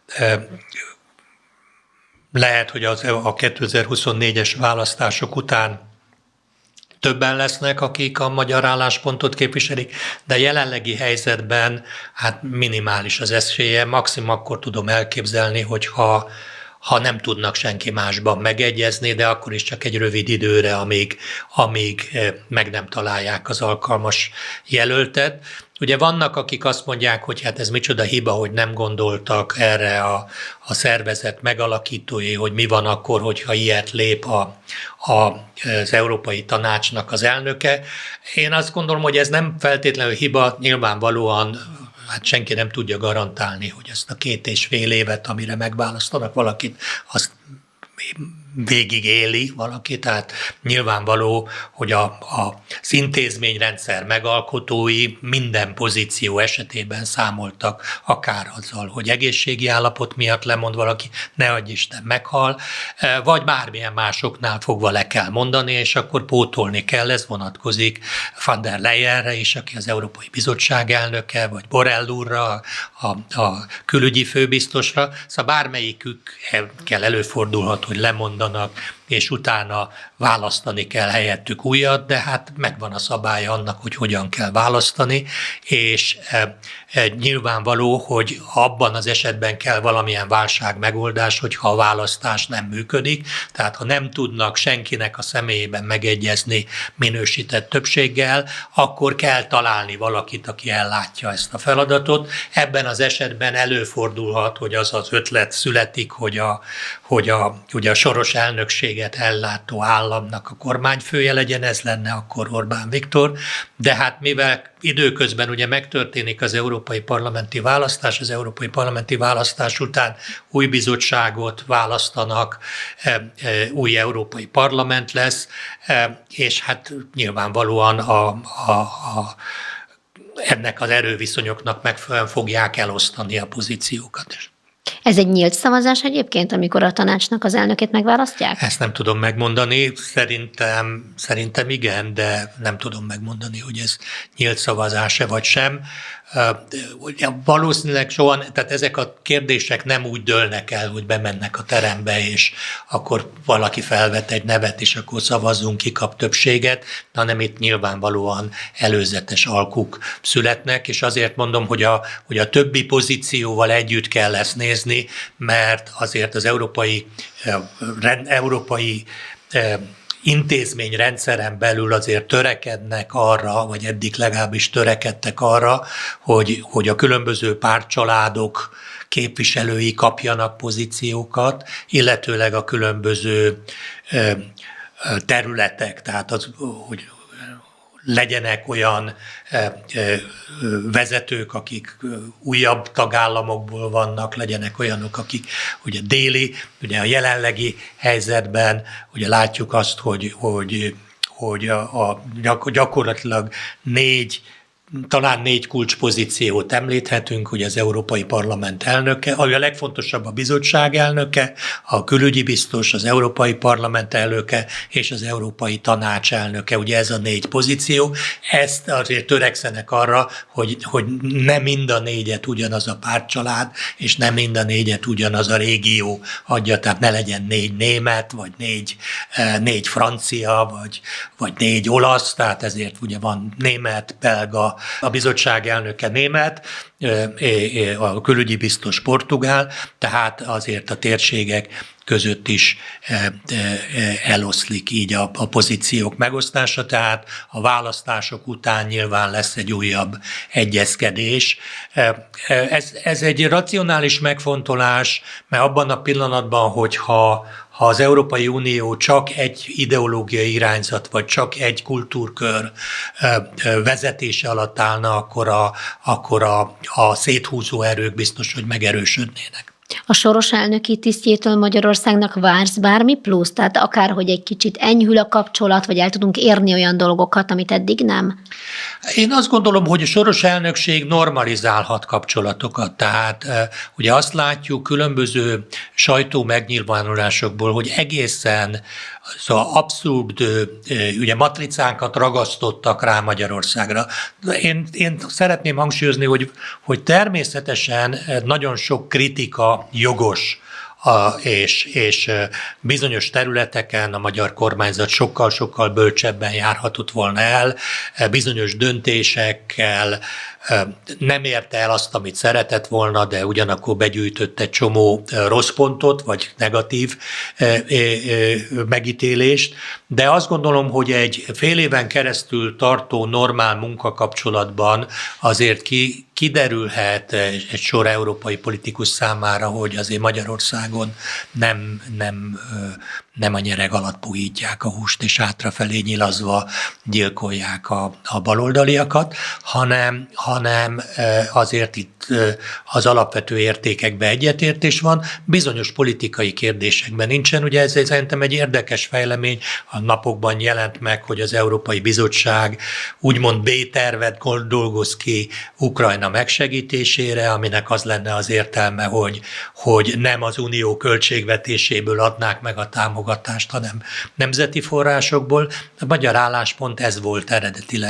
lehet, hogy a 2024-es választások után többen lesznek, akik a magyar álláspontot képviselik, de jelenlegi helyzetben hát minimális az esélye, maximum akkor tudom elképzelni, hogyha nem tudnak senki másban megegyezni, de akkor is csak egy rövid időre, amíg meg nem találják az alkalmas jelöltet. Ugye vannak, akik azt mondják, hogy hát ez micsoda hiba, hogy nem gondoltak erre a szervezet megalakítói, hogy mi van akkor, hogyha ilyet lép az Európai Tanácsnak az elnöke. Én azt gondolom, hogy ez nem feltétlenül hiba, nyilvánvalóan hát senki nem tudja garantálni, hogy ezt a 2,5 évet, amire megválasztanak valakit, azt végig éli valaki, tehát nyilvánvaló, hogy az intézményrendszer megalkotói minden pozíció esetében számoltak akár azzal, hogy egészségi állapot miatt lemond valaki, ne adj Isten meghal, vagy bármilyen másoknál fogva le kell mondani, és akkor pótolni kell, ez vonatkozik Van der Leyenre is, aki az Európai Bizottság elnöke, vagy Borrell úrra, a külügyi főbiztosra, szóval bármelyikük kell előfordulhat, hogy lemond mondanak, és utána választani kell helyettük újat, de hát megvan a szabálya annak, hogy hogyan kell választani, és nyilvánvaló, hogy abban az esetben kell valamilyen válságmegoldás, hogyha a választás nem működik, tehát ha nem tudnak senkinek a személyében megegyezni minősített többséggel, akkor kell találni valakit, aki ellátja ezt a feladatot. Ebben az esetben előfordulhat, hogy az az ötlet születik, hogy a soros elnökséget ellátó államnak a kormányfője legyen, ez lenne akkor Orbán Viktor, de hát mivel időközben ugye megtörténik az európai parlamenti választás, az európai parlamenti választás után új bizottságot választanak, új európai parlament lesz, és hát nyilvánvalóan ennek az erőviszonyoknak megfelelően fogják elosztani a pozíciókat. Ez egy nyílt szavazás egyébként, amikor a tanácsnak az elnökét megválasztják? Ezt nem tudom megmondani, szerintem igen, de nem tudom megmondani, hogy ez nyílt szavazás-e vagy sem. Valószínűleg soha, tehát ezek a kérdések nem úgy dőlnek el, hogy bemennek a terembe, és akkor valaki felvet egy nevet, és akkor szavazzunk, ki kap többséget, hanem itt nyilvánvalóan előzetes alkuk születnek, és azért mondom, hogy a többi pozícióval együtt kell ezt nézni, mert azért az európai intézményrendszeren belül azért törekednek arra, vagy eddig legalábbis törekedtek arra, hogy a különböző pártcsaládok képviselői kapjanak pozíciókat, illetőleg a különböző területek, tehát hogy legyenek olyan vezetők, akik újabb tagállamokból vannak, legyenek olyanok, akik ugye ugye a jelenlegi helyzetben ugye látjuk azt, hogy gyakorlatilag talán négy kulcspozíciót említhetünk, hogy az Európai Parlament elnöke, ami a legfontosabb a bizottság elnöke, a külügyi biztos, az Európai Parlament elnöke és az Európai Tanács elnöke. Ugye ez a négy pozíció. Ezt azért törekszenek arra, hogy nem mind a négyet ugyanaz a pártcsalád, és nem mind a négyet ugyanaz a régió adja, tehát ne legyen 4 német, vagy négy francia, vagy 4 olasz, tehát ezért ugye van német, belga, a bizottság elnöke német, a külügyi biztos portugál, tehát azért a térségek között is eloszlik így a pozíciók megosztása, tehát a választások után nyilván lesz egy újabb egyezkedés. Ez egy racionális megfontolás, mert abban a pillanatban, hogyha az Európai Unió csak egy ideológiai irányzat, vagy csak egy kultúrkör vezetése alatt állna, akkor a széthúzó erők biztos, hogy megerősödnének. A soros elnöki tisztjétől Magyarországnak vársz bármi plusz? Tehát akár, hogy egy kicsit enyhül a kapcsolat, vagy el tudunk érni olyan dolgokat, amit eddig nem? Én azt gondolom, hogy a soros elnökség normalizálhat kapcsolatokat. Tehát ugye azt látjuk különböző sajtó megnyilvánulásokból, hogy egészen szóval abszurd ugye matricánkat ragasztottak rá Magyarországra. Én szeretném hangsúlyozni, hogy természetesen nagyon sok kritika jogos, és bizonyos területeken a magyar kormányzat sokkal-sokkal bölcsebben járhatott volna el, bizonyos döntésekkel nem érte el azt, amit szeretett volna, de ugyanakkor begyűjtött egy csomó rossz pontot, vagy negatív megítélést, de azt gondolom, hogy egy fél éven keresztül tartó normál munkakapcsolatban azért kiderülhet egy sor európai politikus számára, hogy azért Magyarországon nem a nyereg alatt puhítják a húst, és hátrafelé nyilazva gyilkolják a baloldaliakat, hanem azért itt az alapvető értékekben egyetértés van, bizonyos politikai kérdésekben nincsen. Ugye ez szerintem egy érdekes fejlemény, a napokban jelent meg, hogy az Európai Bizottság úgymond B-tervet dolgoz ki Ukrajna megsegítésére, aminek az lenne az értelme, hogy nem az unió költségvetéséből adnák meg a támogatást, hanem nemzeti forrásokból. A magyar álláspont ez volt eredetileg,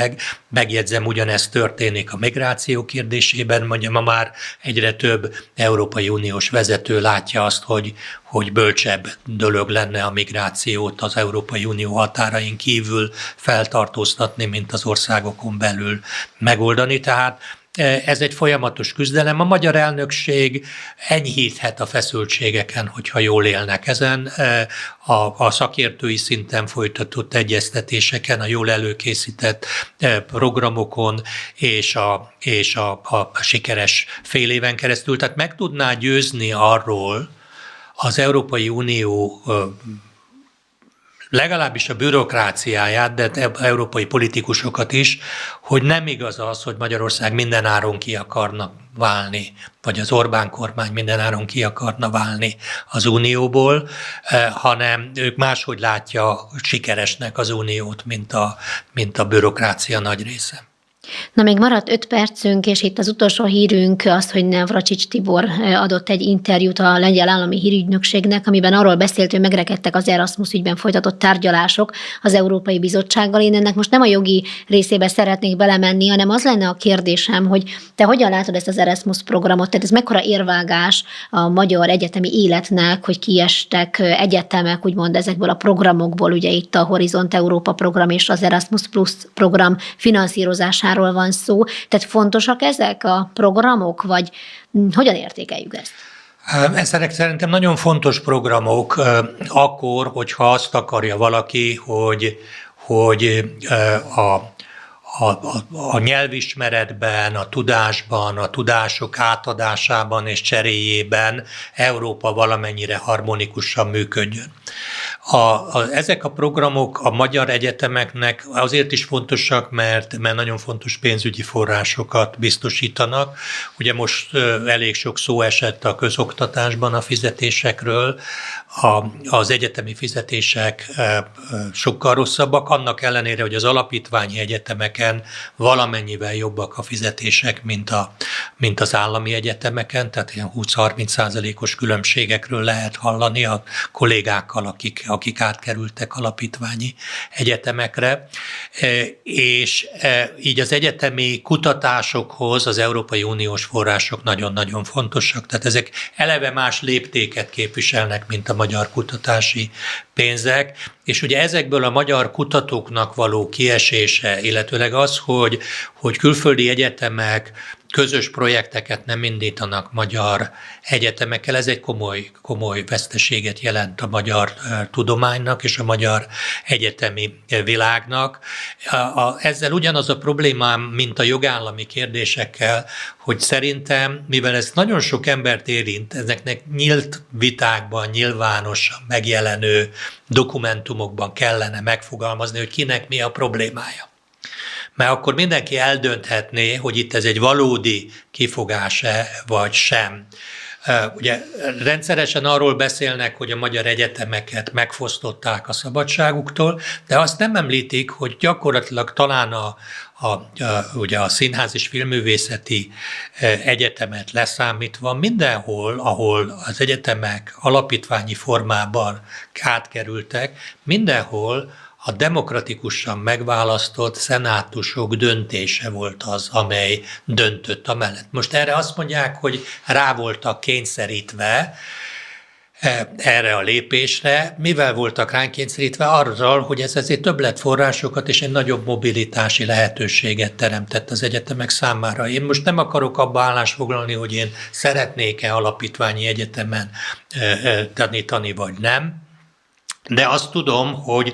Megjegyzem, ugyanezt történik a migráció kérdésében, mondja, ma már egyre több Európai Uniós vezető látja azt, hogy bölcsebb dolog lenne a migrációt az Európai Unió határain kívül feltartóztatni, mint az országokon belül megoldani. Tehát ez egy folyamatos küzdelem. A magyar elnökség enyhíthet a feszültségeken, hogyha jól élnek ezen. A szakértői szinten folytatott egyeztetéseken, a jól előkészített programokon és a sikeres fél éven keresztül. Tehát meg tudná győzni arról az Európai Unió legalábbis a bürokráciáját, de európai politikusokat is, hogy nem igaz az, hogy Magyarország mindenáron ki akarna válni, vagy az Orbán kormány mindenáron ki akarna válni az Unióból, hanem ők máshogy látja sikeresnek az Uniót, mint a bürokrácia nagy része. Na, még maradt 5 percünk, és itt az utolsó hírünk az, hogy Navracsics Tibor adott egy interjút a lengyel állami hírügynökségnek, amiben arról beszélt, hogy megrekedtek az Erasmus ügyben folytatott tárgyalások az Európai Bizottsággal. Én ennek most nem a jogi részébe szeretnék belemenni, hanem az lenne a kérdésem, hogy te hogyan látod ezt az Erasmus programot, tehát ez mekkora érvágás a magyar egyetemi életnek, hogy kiestek egyetemek, úgymond ezekből a programokból, ugye itt a Horizont Európa program és az Erasmus Plus program finanszírozásáról van szó. Tehát fontosak ezek a programok, vagy hogyan értékeljük ezt? Ezek szerintem nagyon fontos programok akkor, hogyha azt akarja valaki, hogy a nyelvismeretben, a tudásban, a tudások átadásában és cseréjében Európa valamennyire harmonikusan működjön. Ezek a programok a magyar egyetemeknek azért is fontosak, mert nagyon fontos pénzügyi forrásokat biztosítanak. Ugye most elég sok szó esett a közoktatásban a fizetésekről, az egyetemi fizetések sokkal rosszabbak, annak ellenére, hogy az alapítványi egyetemeken valamennyivel jobbak a fizetések, mint az állami egyetemeken, tehát ilyen 20-30%-os különbségekről lehet hallani a kollégákkal, akik átkerültek alapítványi egyetemekre, és így az egyetemi kutatásokhoz az Európai Uniós források nagyon-nagyon fontosak, tehát ezek eleve más léptéket képviselnek, mint a magyar kutatási pénzek, és ugye ezekből a magyar kutatóknak való kiesése, illetőleg az, hogy külföldi egyetemek közös projekteket nem indítanak magyar egyetemekkel, ez egy komoly veszteséget jelent a magyar tudománynak és a magyar egyetemi világnak. Ezzel ugyanaz a problémám, mint a jogállami kérdésekkel, hogy szerintem, mivel ez nagyon sok embert érint, ezeknek nyílt vitákban, nyilvánosan megjelenő dokumentumokban kellene megfogalmazni, hogy kinek mi a problémája. Mert akkor mindenki eldönthetné, hogy itt ez egy valódi kifogás-e, vagy sem. Ugye rendszeresen arról beszélnek, hogy a magyar egyetemeket megfosztották a szabadságuktól, de azt nem említik, hogy gyakorlatilag talán ugye a Színház és Filmművészeti Egyetemet leszámítva mindenhol, ahol az egyetemek alapítványi formában átkerültek, mindenhol a demokratikusan megválasztott szenátusok döntése volt az, amely döntött amellett. Most erre azt mondják, hogy rá voltak kényszerítve erre a lépésre. Mivel voltak ránk kényszerítve? Arról, hogy ez azért többletforrásokat és egy nagyobb mobilitási lehetőséget teremtett az egyetemek számára. Én most nem akarok abba állást foglalni, hogy én szeretnék-e alapítványi egyetemen tanítani, vagy nem, de azt tudom, hogy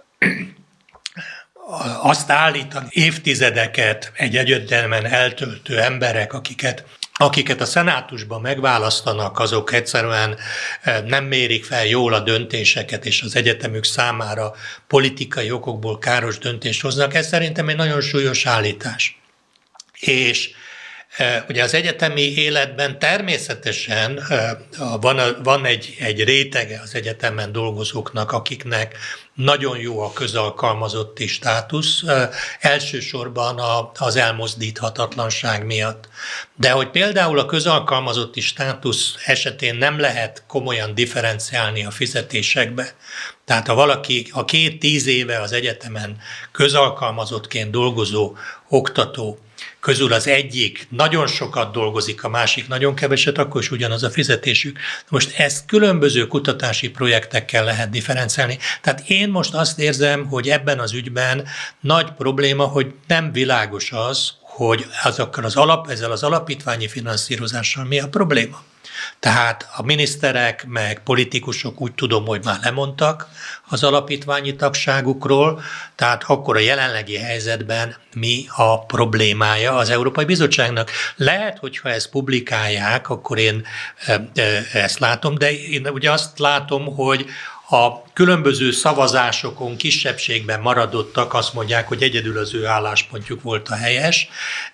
azt állítani évtizedeket egy egyetemen eltöltő emberek, akiket a szenátusban megválasztanak, azok egyszerűen nem mérik fel jól a döntéseket, és az egyetemük számára politikai okokból káros döntést hoznak. Ez szerintem egy nagyon súlyos állítás. És Ugye az egyetemi életben természetesen van egy rétege az egyetemen dolgozóknak, akiknek nagyon jó a közalkalmazotti státusz, elsősorban az elmozdíthatatlanság miatt. De hogy például a közalkalmazotti státusz esetén nem lehet komolyan differenciálni a fizetésekbe. Tehát ha valaki a 2-10 éve az egyetemen közalkalmazottként dolgozó oktató közül az egyik nagyon sokat dolgozik, a másik nagyon keveset, akkor is ugyanaz a fizetésük. Most ezt különböző kutatási projektekkel lehet differenciálni. Tehát én most azt érzem, hogy ebben az ügyben nagy probléma, hogy nem világos az, hogy ezzel az alapítványi finanszírozással mi a probléma. Tehát a miniszterek meg politikusok úgy tudom, hogy már lemondtak az alapítványi tagságukról, tehát akkor a jelenlegi helyzetben mi a problémája az Európai Bizottságnak. Lehet, hogyha ezt publikálják, akkor én ezt látom, de én ugye azt látom, hogy a különböző szavazásokon kisebbségben maradottak, azt mondják, hogy egyedül az ő álláspontjuk volt a helyes.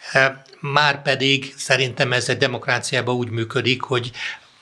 Márpedig szerintem ez egy demokráciában úgy működik, hogy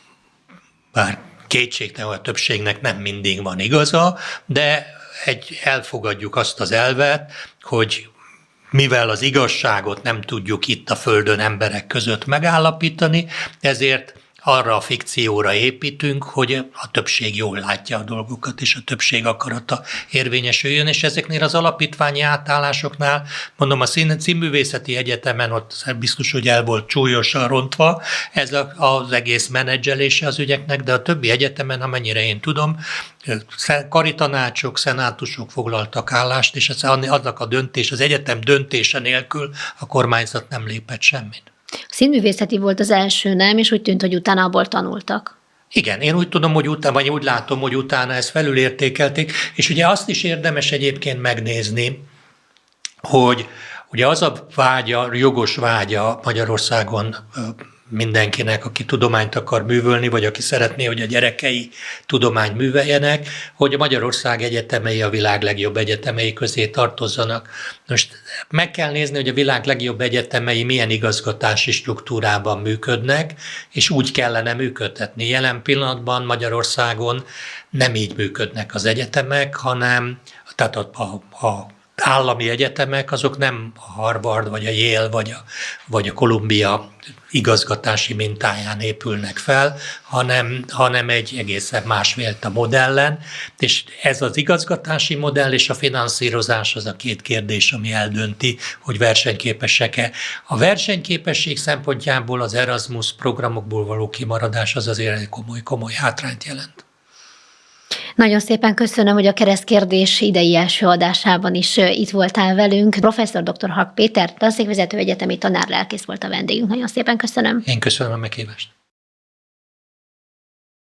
bár kétségtelen, a többségnek nem mindig van igaza, de elfogadjuk azt az elvet, hogy mivel az igazságot nem tudjuk itt a Földön emberek között megállapítani, ezért arra a fikcióra építünk, hogy a többség jól látja a dolgokat, és a többség akarata érvényesüljön, és ezeknél az alapítványi átállásoknál, mondom, a Színművészeti Egyetemen ott biztos, hogy el volt súlyosan rontva ez az egész menedzselése az ügyeknek, de a többi egyetemen, amennyire én tudom, karitanácsok, szenátusok foglaltak állást, és annak a döntés, az egyetem döntése nélkül a kormányzat nem lépett semmit. A színművészeti volt az első, nem? És úgy tűnt, hogy utána abból tanultak. Igen, én úgy tudom, hogy utána, vagy úgy látom, hogy utána ezt felülértékelték, és ugye azt is érdemes egyébként megnézni, hogy ugye az a vágya, jogos vágya Magyarországon mindenkinek, aki tudományt akar művölni, vagy aki szeretné, hogy a gyerekei tudományt műveljenek, hogy a Magyarország egyetemei a világ legjobb egyetemei közé tartozzanak. Most meg kell nézni, hogy a világ legjobb egyetemei milyen igazgatási struktúrában működnek, és úgy kellene működtetni. Jelen pillanatban Magyarországon nem így működnek az egyetemek, hanem tehát a állami egyetemek azok nem a Harvard, vagy a Yale, vagy a Columbia igazgatási mintáján épülnek fel, hanem egy egészen másfajta modellen, és ez az igazgatási modell és a finanszírozás az a két kérdés, ami eldönti, hogy versenyképesek-e. A versenyképesség szempontjából az Erasmus programokból való kimaradás az azért egy komoly hátrányt jelent. Nagyon szépen köszönöm, hogy a Keresztkérdés idei első adásában is itt voltál velünk. Professzor dr. Hak Péter, tanszékvezető, egyetemi tanár, lelkész volt a vendégünk. Nagyon szépen köszönöm. Én köszönöm a meghívást.